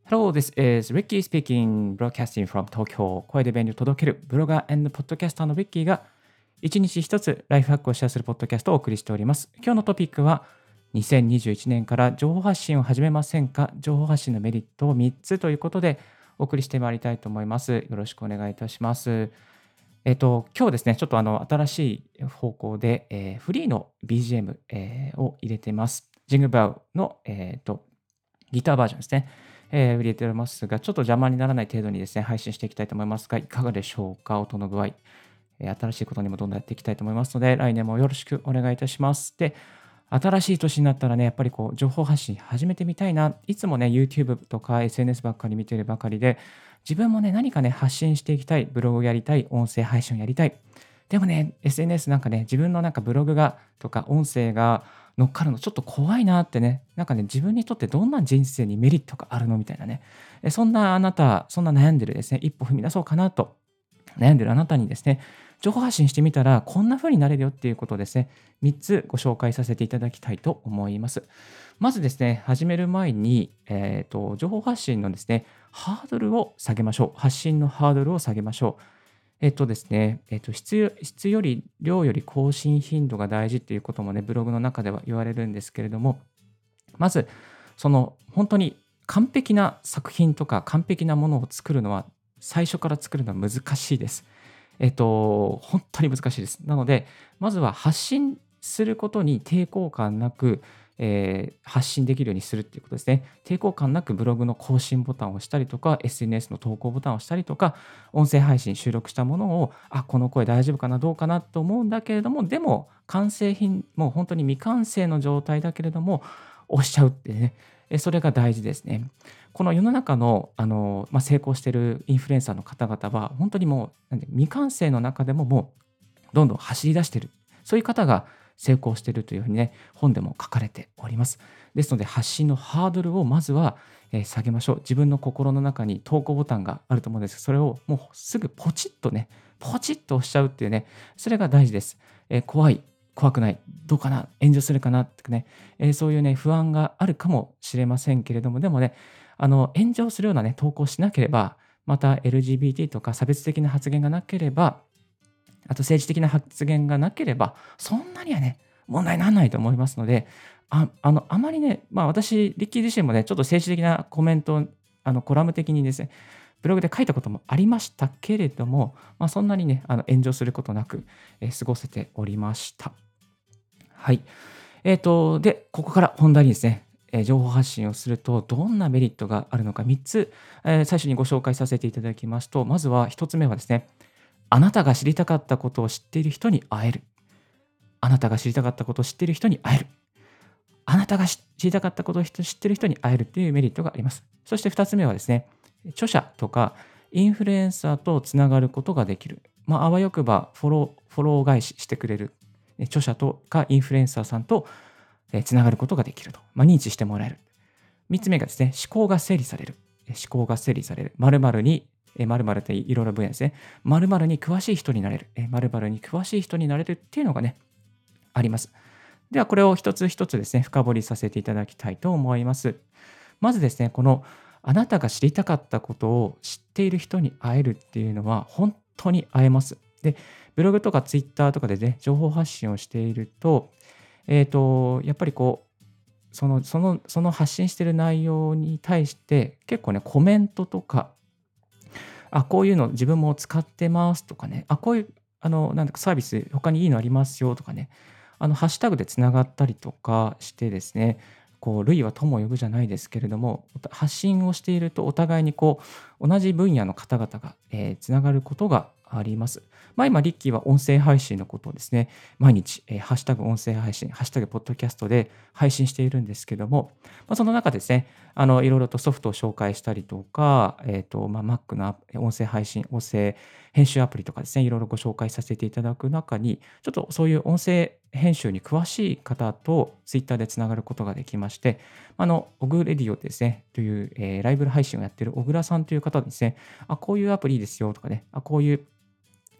Hello, this is Ricky speaking, broadcasting from Tokyo. 声で便利を届けるブロガー and ポッドキャスターの Ricky が一日一つライフハックをシェアするポッドキャストをお送りしております。今日のトピックは2021年から情報発信を始めませんか？情報発信のメリットを3つということでお送りしてまいりたいと思います。よろしくお願いいたします。今日ですね、ちょっと新しい方向で、フリーの BGM、を入れてます。ジングルベルの、ギターバージョンですね。入れておりますが、ちょっと邪魔にならない程度にですね、配信していきたいと思いますが、いかがでしょうか、音の具合。新しいことにもどんどんやっていきたいと思いますので、来年もよろしくお願いいたします。で、新しい年になったらね、やっぱりこう、情報発信始めてみたいな。いつもね、YouTube とか SNS ばっかり見てるばかりで、自分もね、何かね、発信していきたい。ブログをやりたい。音声配信をやりたい。でもね、SNS なんかね、自分のなんかブログがとか音声が乗っかるのちょっと怖いなってね、なんかね、自分にとってどんな人生にメリットがあるのみたいなね、そんなあなた、そんな悩んでるですね、一歩踏み出そうかなと悩んでるあなたにですね、情報発信してみたらこんな風になれるよっていうことをですね、3つご紹介させていただきたいと思います。まずですね、始める前に、情報発信のですね、ハードルを下げましょう。発信のハードルを下げましょう。ですね、質より量より更新頻度が大事っていうこともね、ブログの中では言われるんですけれども、まず、その本当に完璧な作品とか完璧なものを作るのは、最初から作るのは難しいです。本当に難しいです。なので、まずは発信することに抵抗感なく、発信できるようにするっていうことですね。抵抗感なくブログの更新ボタンを押したりとか、SNS の投稿ボタンを押したりとか、音声配信収録したものを、あ、この声大丈夫かな、どうかなと思うんだけれども、でも完成品、もう本当に未完成の状態だけれども、押しちゃうってね、それが大事ですね。この世の中の、成功しているインフルエンサーの方々は、本当にもう、未完成の中でももうどんどん走り出している。そういう方が成功しているというふうにね、本でも書かれております。ですので、発信のハードルをまずは、下げましょう。自分の心の中に投稿ボタンがあると思うんです。それをもうすぐポチッとね、ポチッと押しちゃうっていうね、それが大事です。怖くない、どうかな、炎上するかなってね、そういうね、不安があるかもしれませんけれども、でもね、炎上するようなね、投稿しなければ、また LGBT とか差別的な発言がなければ、あと政治的な発言がなければ、そんなにはね、問題にならないと思いますので、あまりね、私、リッキー自身もね、ちょっと政治的なコメントを、コラム的にですね、ブログで書いたこともありましたけれども、そんなにね、炎上することなく、過ごせておりました。はい。で、ここから本題にですね、情報発信をするとどんなメリットがあるのか3つ、最初にご紹介させていただきますと、まずは1つ目はですね、あなたが知りたかったことを知っている人に会える。あなたが知りたかったことを知っている人に会える。あなたが知りたかったことを知っている人に会えるというメリットがあります。そして2つ目はですね、著者とかインフルエンサーとつながることができる。あわよくばフォロー返ししてくれる。著者とかインフルエンサーさんとつながることができると。認知してもらえる。3つ目がですね、思考が整理される。思考が整理される。〇〇に、〇〇っていろいろ分野ですね。〇〇に詳しい人になれる。〇〇に詳しい人になれるっていうのがね、あります。では、これを一つ一つですね、深掘りさせていただきたいと思います。まずですね、このあなたが知りたかったことを知っている人に会えるっていうのは本当に会えます。で、ブログとかツイッターとかでね、情報発信をしていると、やっぱりこう、その発信している内容に対して、結構ね、コメントとか、あ、こういうの自分も使ってますとかね、あ、こういう、なんだかサービス、他にいいのありますよとかね、ハッシュタグでつながったりとかしてですね、こう、類は友を呼ぶじゃないですけれども、発信をしているとお互いにこう、同じ分野の方々が、つながることがあります。今、リッキーは音声配信のことをですね、毎日、ハッシュタグ音声配信、ハッシュタグポッドキャストで配信しているんですけども、その中でですね、いろいろとソフトを紹介したりとか、Mac の音声配信、音声編集アプリとかですね、いろいろご紹介させていただく中に、ちょっとそういう音声編集に詳しい方と Twitter でつながることができまして、オグレディオですね、という、ライブ配信をやっている小倉さんという方ですね、あ、こういうアプリいいですよとかね、あ、こういう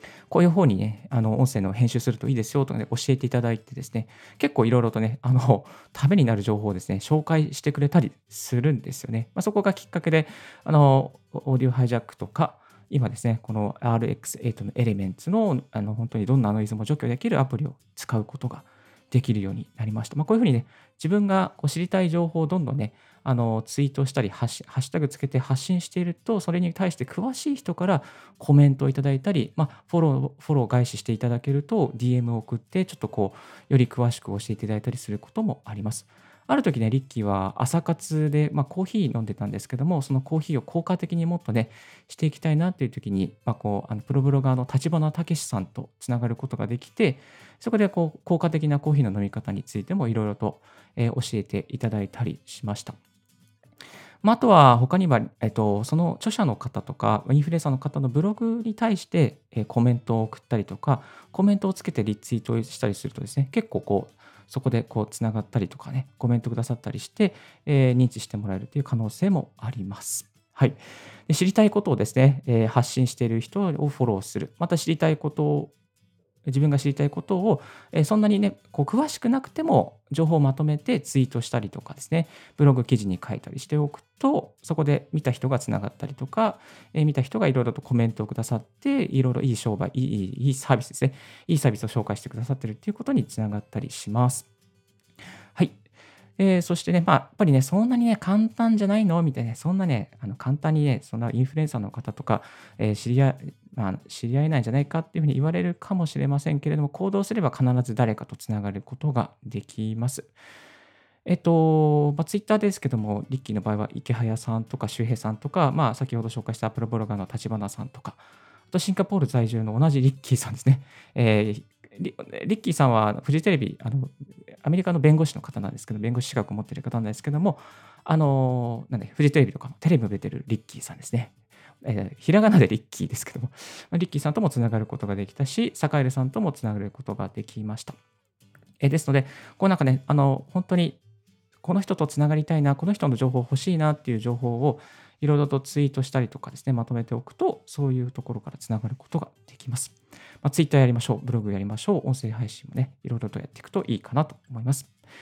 こういう方にね、音声の編集するといいですよとかね、教えていただいてですね、結構いろいろとね、ためになる情報をですね、紹介してくれたりするんですよね。そこがきっかけで、オーディオハイジャックとか、今ですね、この RX8 のエレメンツの、本当にどんなノイズも除去できるアプリを使うことができるようになりました。こういうふうにね、自分がこう知りたい情報をどんどんね、ツイートしたり、ハッシュタグつけて発信していると、それに対して詳しい人からコメントをいただいたり、フォロー返ししていただけると、DM を送って、ちょっとこう、より詳しく教えていただいたりすることもあります。ある時ね、リッキーは朝活で、コーヒー飲んでたんですけども、そのコーヒーを効果的にもっとね、していきたいなっていう時に、プロブロガーの立花武さんとつながることができて、そこでこう効果的なコーヒーの飲み方についてもいろいろと、教えていただいたりしました。あとは他には、その著者の方とか、インフルエンサーの方のブログに対して、コメントを送ったりとか、コメントをつけてリツイートをしたりするとですね、結構こう、そこでこうつながったりとかね、コメントくださったりして、認知してもらえるという可能性もあります。はい。で知りたいことをですね、発信している人をフォローする。また知りたいことを自分が知りたいことを、そんなにね、こう詳しくなくても情報をまとめてツイートしたりとかですね、ブログ記事に書いたりしておくと、そこで見た人がつながったりとか、見た人がいろいろとコメントをくださって、いろいろいい商売、いいサービスですね。いいサービスを紹介してくださってるっていうことにつながったりします。はい。そしてね、やっぱりね、そんなにね、簡単じゃないのみたいなね、そんなね、簡単にね、そんなインフルエンサーの方とか、知り合えないんじゃないかっていうふうに言われるかもしれませんけれども、行動すれば必ず誰かとつながることができます。ツイッターですけども、リッキーの場合は池早さんとか周平さんとか、先ほど紹介したプロブロガーの立花さんとか、あとシンガポール在住の同じリッキーさんですね。リッキーさんはフジテレビ、アメリカの弁護士の方なんですけど、弁護士資格を持っている方なんですけども、フジテレビとかのテレビも出てるリッキーさんですね。ひらがなでリッキーですけども、リッキーさんともつながることができたし、サカエルさんともつながることができました。ですので、こうなんかね、本当にこの人とつながりたいな、この人の情報欲しいなっていう情報をいろいろとツイートしたりとかですね、まとめておくと、そういうところからつながることができます。ツイッターやりましょう、ブログやりましょう、音声配信もね、いろいろとやっていくといいかなと思います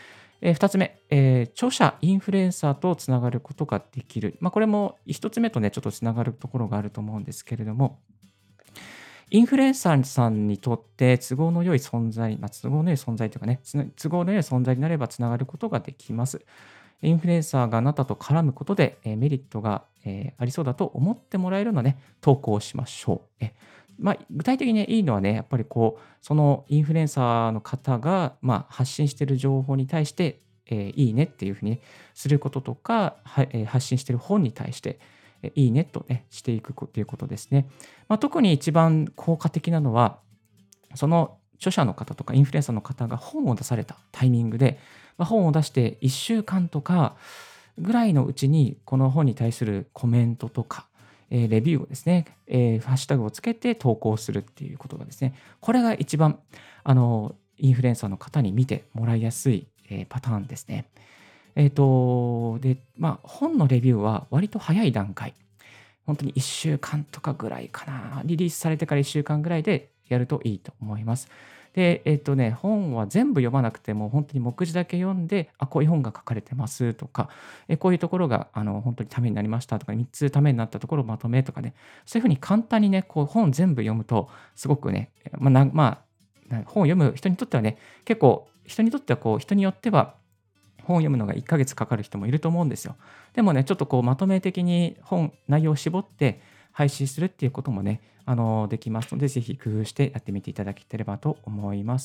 。2つ目、著者、インフルエンサーとつながることができる。これも1つ目とね、ちょっとつながるところがあると思うんですけれども、インフルエンサーさんにとって都合の良い存在、都合の良い存在というかね、都合の良い存在になればつながることができます。インフルエンサーがあなたと絡むことで、メリットが、ありそうだと思ってもらえるようなね、投稿をしましょう。具体的にね、いいのはね、やっぱりこう、そのインフルエンサーの方が、発信している情報に対して、いいねっていうふうにねすることとか、発信している本に対して、いいねとね、していくということですね。特に一番効果的なのは、その著者の方とかインフルエンサーの方が本を出されたタイミングで、本を出して1週間とかぐらいのうちに、この本に対するコメントとか、レビューをですね、ハッシュタグをつけて投稿するっていうことがですね、これが一番、インフルエンサーの方に見てもらいやすい、パターンですね。本のレビューは割と早い段階、本当に1週間とかぐらいかな、リリースされてから1週間ぐらいでやるといいと思います。で、本は全部読まなくても、本当に目次だけ読んで、こういう本が書かれてますとか、こういうところが本当にためになりましたとか、3つためになったところをまとめとかね、そういう風に簡単にね、こう本全部読むと、すごくね、本を読む人にとってはね、結構人にとっては人によっては本を読むのが1ヶ月かかる人もいると思うんですよ。でもね、ちょっとこうまとめ的に内容を絞って配信するっていうこともね、できますので、ぜひ工夫してやってみていただければと思います。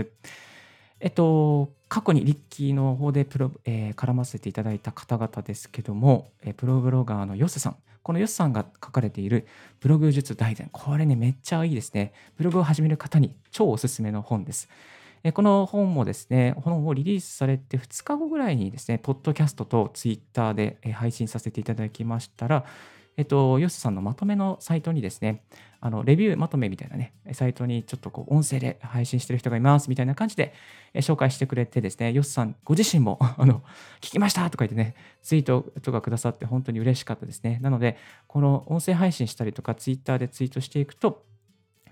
過去にリッキーの方で絡ませていただいた方々ですけども、プロブロガーのヨスさん。このヨスさんが書かれているブログ術大全。これね、めっちゃいいですね。ブログを始める方に超おすすめの本です。この本もですね、本をリリースされて2日後ぐらいにですね、ポッドキャストとツイッターで配信させていただきましたら、ヨスさんのまとめのサイトにですね、レビューまとめみたいなね、サイトにちょっとこう音声で配信してる人がいますみたいな感じで紹介してくれてですね、ヨスさんご自身も聞きましたとか言ってね、ツイートとかくださって本当に嬉しかったですね。なので、この音声配信したりとか、ツイッターでツイートしていくと、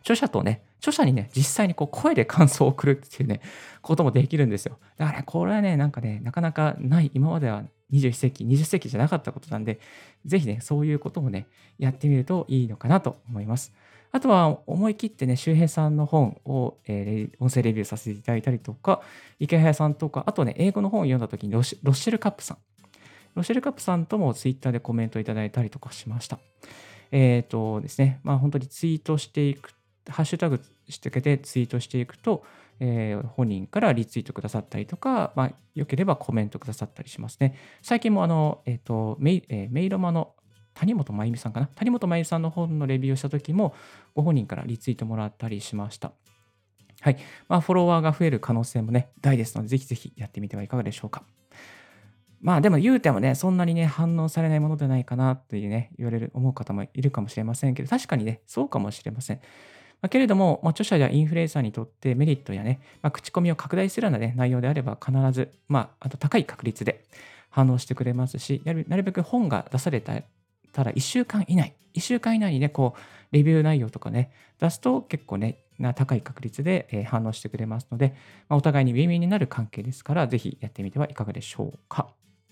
著者にね、実際にこう声で感想を送るっていうね、こともできるんですよ。だからね、これはね、なんかね、なかなかない、今までは21世紀、20世紀じゃなかったことなんで、ぜひね、そういうこともね、やってみるといいのかなと思います。あとは思い切ってね、周平さんの本を、音声レビューさせていただいたりとか、池早さんとか、あとね、英語の本を読んだ時にロッシェルカップさん。ロシェルカップさんともツイッターでコメントいただいたりとかしました。ですね、本当にツイートしていく、ハッシュタグしてけてツイートしていくと、本人からリツイートくださったりとか、良ければコメントくださったりしますね。最近もメイロマの谷本真由美さんかな。谷本真由美さんの本のレビューをした時も、ご本人からリツイートもらったりしました。はい。フォロワーが増える可能性もね、大ですので、ぜひぜひやってみてはいかがでしょうか。でも言うてもね、そんなにね、反応されないものではないかなというね、思う方もいるかもしれませんけど、確かにね、そうかもしれません。けれども、著者やインフルエンサーにとってメリットやね、口コミを拡大するようなね、内容であれば必ず、あと高い確率で反応してくれますし、なるべく本が出されたら1週間以内にね、こう、レビュー内容とかね、出すと結構ね、高い確率で反応してくれますので、お互いにウィンウィンになる関係ですから、ぜひやってみてはいかがでしょうか。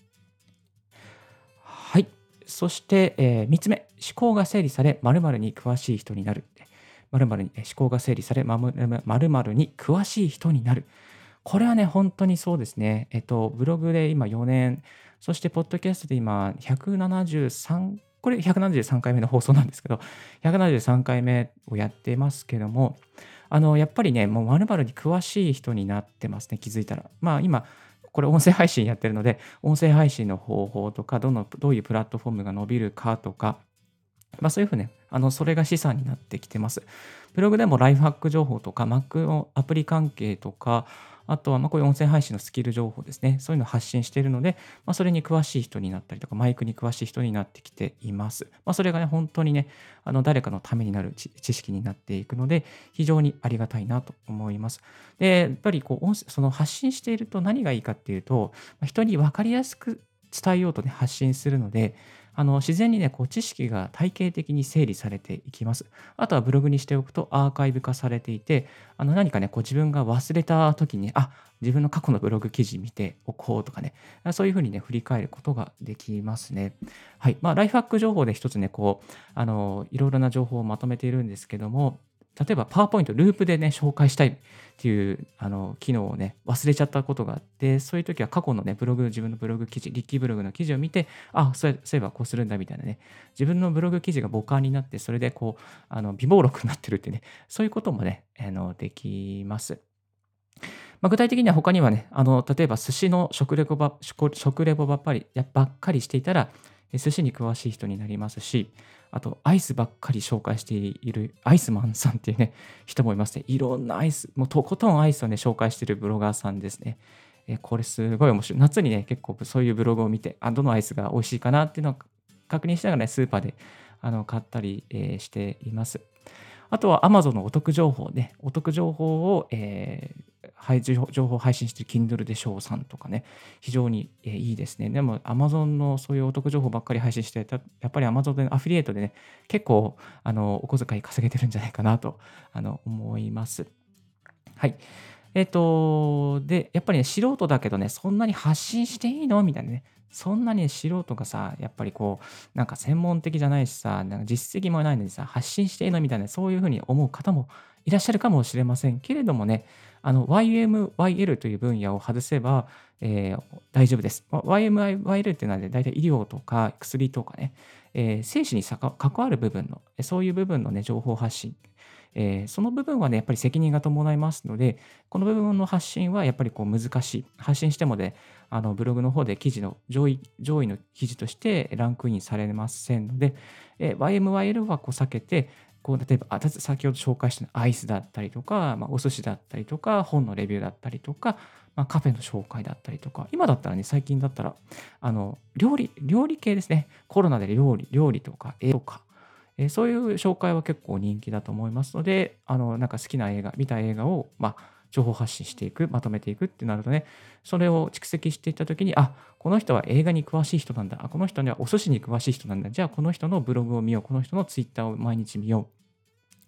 はい。そして、3つ目、思考が整理され、〇〇に詳しい人になる。〇〇に思考が整理され、〇〇に詳しい人になる。これはね、本当にそうですね。ブログで今4年、そしてポッドキャストで今173、これ173回目の放送なんですけど、173回目をやってますけども、やっぱりね、もう〇〇に詳しい人になってますね、気づいたら。今、これ音声配信やってるので、音声配信の方法とか、どういうプラットフォームが伸びるかとか、そういうふうね、それが資産になってきてます。ブログでもライフハック情報とか、Mac のアプリ関係とか、あとはこういう音声配信のスキル情報ですね。そういうのを発信しているので、それに詳しい人になったりとか、マイクに詳しい人になってきています。それがね、本当にね、誰かのためになる知識になっていくので、非常にありがたいなと思います。で、やっぱりこう、その発信していると何がいいかっていうと、人に分かりやすく伝えようとね、発信するので、自然にね、こう知識が体系的に整理されていきます。あとはブログにしておくとアーカイブ化されていて、何かね、こう自分が忘れた時に、自分の過去のブログ記事見ておこうとかね、そういうふうにね、振り返ることができますね。はい。ライフハック情報で一つね、こう、いろいろな情報をまとめているんですけども、例えばパワーポイント、ループでね、紹介したいっていう、機能をね、忘れちゃったことがあって、そういう時は過去のね、自分のブログ記事、リッキーブログの記事を見て、そういえばこうするんだみたいなね、自分のブログ記事が母感になって、それでこう、備忘録になってるってね、そういうこともね、できます。具体的には他にはね、例えば寿司の食レポばっかりしていたら、寿司に詳しい人になりますし、あとアイスばっかり紹介しているアイスマンさんっていうね、人もいますね。いろんなアイス、もうとことんアイスをね、紹介しているブロガーさんですね。これすごい面白い。夏にね、結構そういうブログを見て、どのアイスが美味しいかなっていうのを確認しながらね、スーパーで買ったり、しています。あとは Amazon のお得情報を、情報を配信している Kindle でしょうさんとかね、非常に、いいですね。でも Amazon のそういうお得情報ばっかり配信して、やっぱり Amazon でアフィリエイトでね、結構お小遣い稼げてるんじゃないかなと思います。はい。で、やっぱりね、素人だけどね、そんなに発信していいのみたいなね。そんなに素人がさ、やっぱりこう、なんか専門的じゃないしさ、なんか実績もないのにさ、発信していいのみたいな、そういう風に思う方もいらっしゃるかもしれませんけれどもね、YMYL という分野を外せば、大丈夫です。YMYL っていうのはね、大体医療とか薬とかね、生死に関わる部分の、そういう部分のね、情報発信その部分はね、やっぱり責任が伴いますので、この部分の発信はやっぱりこう難しい。発信してもね、ブログの方で記事の上位の記事としてランクインされませんので、YMYL はこう避けて、こう例えば、先ほど紹介したアイスだったりとか、お寿司だったりとか、本のレビューだったりとか、カフェの紹介だったりとか、今だったらね、最近だったら、料理系ですね。コロナで料理とか、絵とか、そういう紹介は結構人気だと思いますので、なんか好きな見た映画を、情報発信していく、まとめていくってなるとね、それを蓄積していったときに、この人は映画に詳しい人なんだ。この人にはお寿司に詳しい人なんだ。じゃあ、この人のブログを見よう。この人のツイッターを毎日見よう。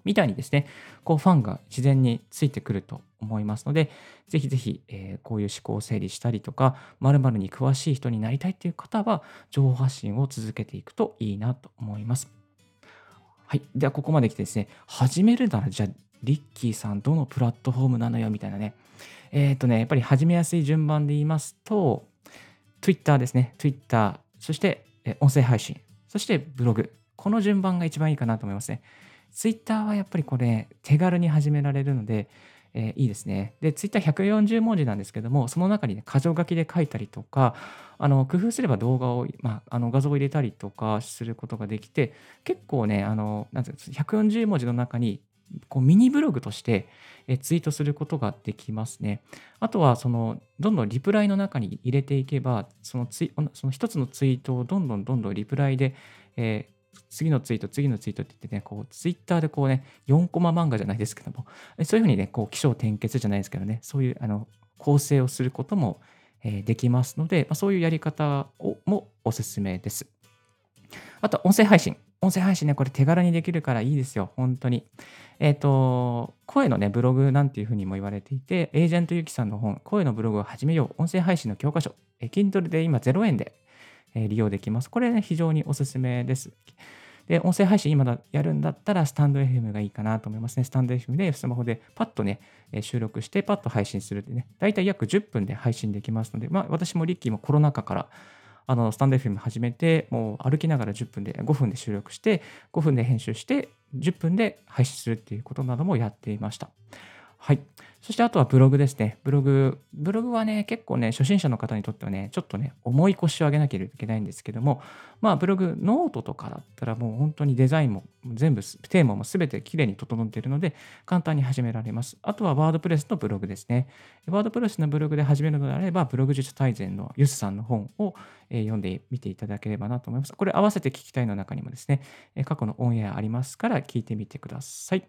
みたいにですね、こうファンが自然についてくると思いますので、ぜひぜひ、こういう思考を整理したりとか、〇〇に詳しい人になりたいっていう方は、情報発信を続けていくといいなと思います。はい。では、ここまで来てですね、始めるなら、じゃあ、リッキーさん、どのプラットフォームなのよみたいなね。やっぱり始めやすい順番で言いますと、Twitter ですね。Twitter、そして、音声配信、そしてブログ。この順番が一番いいかなと思いますね。Twitter はやっぱりこれ、手軽に始められるので、いいですね。で、Twitter140 文字なんですけども、その中にね、箇条書きで書いたりとか、工夫すれば動画を、画像を入れたりとかすることができて、結構ね、なんていうんです、140文字の中に、こうミニブログとして、ツイートすることができますね。あとは、どんどんリプライの中に入れていけば、その一つのツイートをどんどんリプライで、次のツイート、次のツイートって言ってね、こうツイッターでこうね、4コマ漫画じゃないですけども、そういう風にね、こう起承転結じゃないですけどね、そういう構成をすることも、できますので、そういうやり方もおすすめです。あと音声配信。音声配信ね、これ手軽にできるからいいですよ、本当に。声のね、ブログなんていう風にも言われていて、エージェントユキさんの本、声のブログを始めよう、音声配信の教科書、Kindle で今0円で、利用できます。これね、非常におすすめです。で、音声配信やるんだったら、スタンド FM がいいかなと思いますね。スタンド FM でスマホでパッとね、収録してパッと配信するってね、だいたい約10分で配信できますので、私もリッキーもコロナ禍から、スタンド FM 始めて、もう歩きながら5分で収録して、5分で編集して、10分で配信するっていうことなどもやっていました。はい。そしてあとはブログですね。ブログはね、結構ね、初心者の方にとってはね、ちょっとね、重い腰を上げなければいけないんですけども、ブログ、ノートとかだったらもう本当にデザインも全部テーマも全てきれいに整っているので、簡単に始められます。あとはワードプレスのブログですね。ワードプレスのブログで始めるのであれば、ブログ術大全のユスさんの本を読んでみていただければなと思います。これ合わせて聞きたいの中にもですね、過去のオンエアありますから聞いてみてください。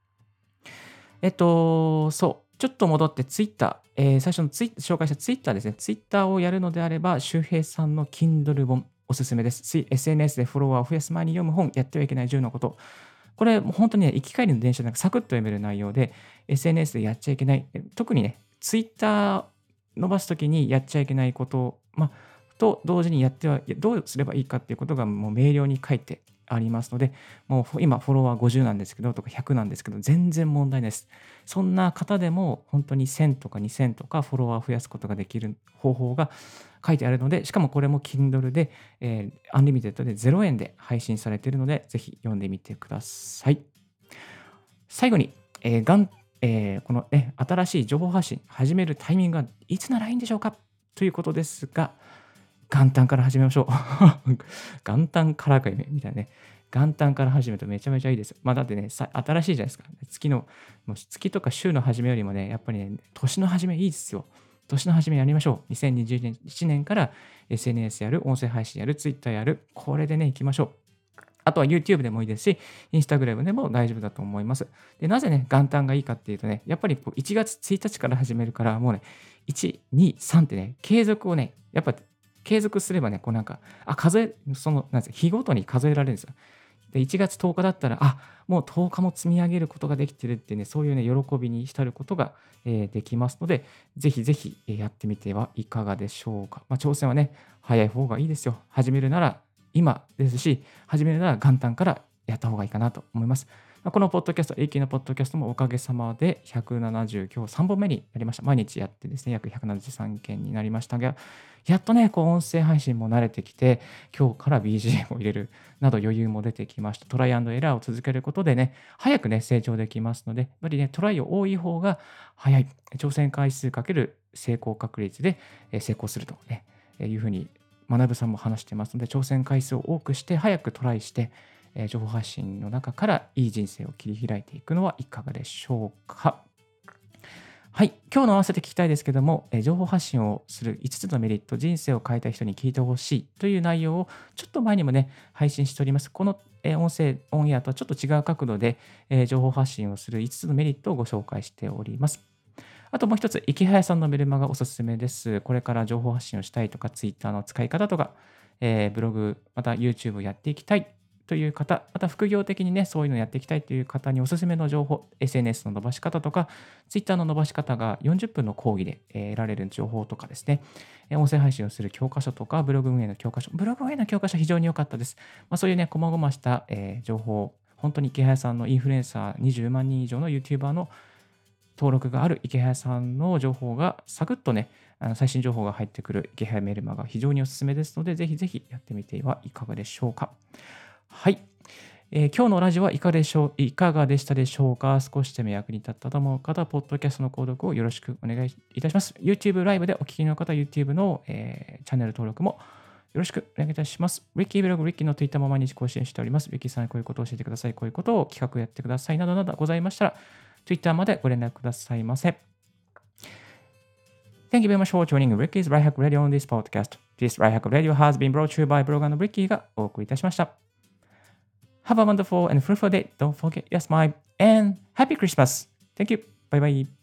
ちょっと戻ってツイッター、最初の紹介したツイッターですね。ツイッターをやるのであれば、周平さんの Kindle 本、おすすめです。SNS でフォロワーを増やす前に読む本、やってはいけない10のこと。これ、もう本当にね、行き帰りの電車でなんかサクッと読める内容で、SNS でやっちゃいけない、特にね、ツイッター伸ばすときにやっちゃいけないこと、と同時にどうすればいいかっていうことがもう明瞭に書いてありますので、もう今フォロワー50なんですけどとか100なんですけど、全然問題ないです。そんな方でも本当に1000とか2000とかフォロワーを増やすことができる方法が書いてあるので、しかもこれも Kindle で、アンリミテッドで0円で配信されているので、ぜひ読んでみてください。最後に、このね、新しい情報発信始めるタイミングはいつならいいんでしょうかということですが、元旦から始めましょう。元旦からかいみたいなね。元旦から始めるとめちゃめちゃいいですよ。だってね、新しいじゃないですか。もう月とか週の初めよりもね、やっぱりね、年の初めいいですよ。年の初めやりましょう。2021年から SNS やる、音声配信やる、Twitter やる。これでね、行きましょう。あとは YouTube でもいいですし、Instagram でも大丈夫だと思います。で、なぜね、元旦がいいかっていうとね、やっぱりこう1月1日から始めるから、もうね、1、2、3ってね、継続をね、やっぱ継続すればね、こうなんか、なんですか、日ごとに数えられるんですよ。で、1月10日だったら、もう10日も積み上げることができてるってね、そういうね、喜びに浸ることが、できますので、ぜひぜひやってみてはいかがでしょうか。挑戦はね、早い方がいいですよ。始めるなら今ですし、始めるなら元旦からやった方がいいかなと思います。このポッドキャスト、永久のポッドキャストもおかげさまで170、今日3本目になりました。毎日やってですね、約173件になりましたが、やっとね、こう音声配信も慣れてきて、今日から BGM を入れるなど余裕も出てきました。トライアンドエラーを続けることでね、早くね、成長できますので、やっぱりね、トライを多い方が早い。挑戦回数かける成功確率で成功するとね、いうふうに学さんも話してますので、挑戦回数を多くして、早くトライして、情報発信の中からいい人生を切り開いていくのはいかがでしょうか。はい。今日の合わせて聞きたいですけども、情報発信をする5つのメリット、人生を変えた人に聞いてほしいという内容をちょっと前にもね、配信しております。この音声、オンエアとはちょっと違う角度で、情報発信をする5つのメリットをご紹介しております。あともう一つ、池早さんのメルマガおすすめです。これから情報発信をしたいとか、Twitter の使い方とか、ブログ、また YouTube をやっていきたいという方、また副業的にね、そういうのをやっていきたいという方におすすめの情報、SNS の伸ばし方とか、Twitter の伸ばし方が40分の講義で得られる情報とかですね、音声配信をする教科書とか、ブログ運営の教科書、ブログ運営の教科書非常に良かったです。そういうね、細々した、情報、本当に池早さんのインフルエンサー20万人以上の YouTuber の登録がある池早さんの情報がサクッとね、最新情報が入ってくる池早メルマガ非常におすすめですので、ぜひぜひやってみてはいかがでしょうか。はい。今日のラジオはいかがでしたでしょうか。少しでも役に立ったと思う方、ポッドキャストの購読をよろしくお願いいたします。YouTube ライブでお聞きの方、YouTube の、チャンネル登録もよろしくお願いいたします。Ricky ブログ、Ricky の Twitter も毎日更新しております。Ricky さん、こういうことを教えてください。こういうことを企画やってください。などなどございましたら、Twitter までご連絡くださいませ。Thank you very much for joining Ricky's Right Hack Radio on this podcast. This Right Hack Radio has been brought to you by ブロガーの Ricky がお送りいたしました。Have a wonderful and fruitful day. Don't forget your smile and happy Christmas. Thank you. Bye bye.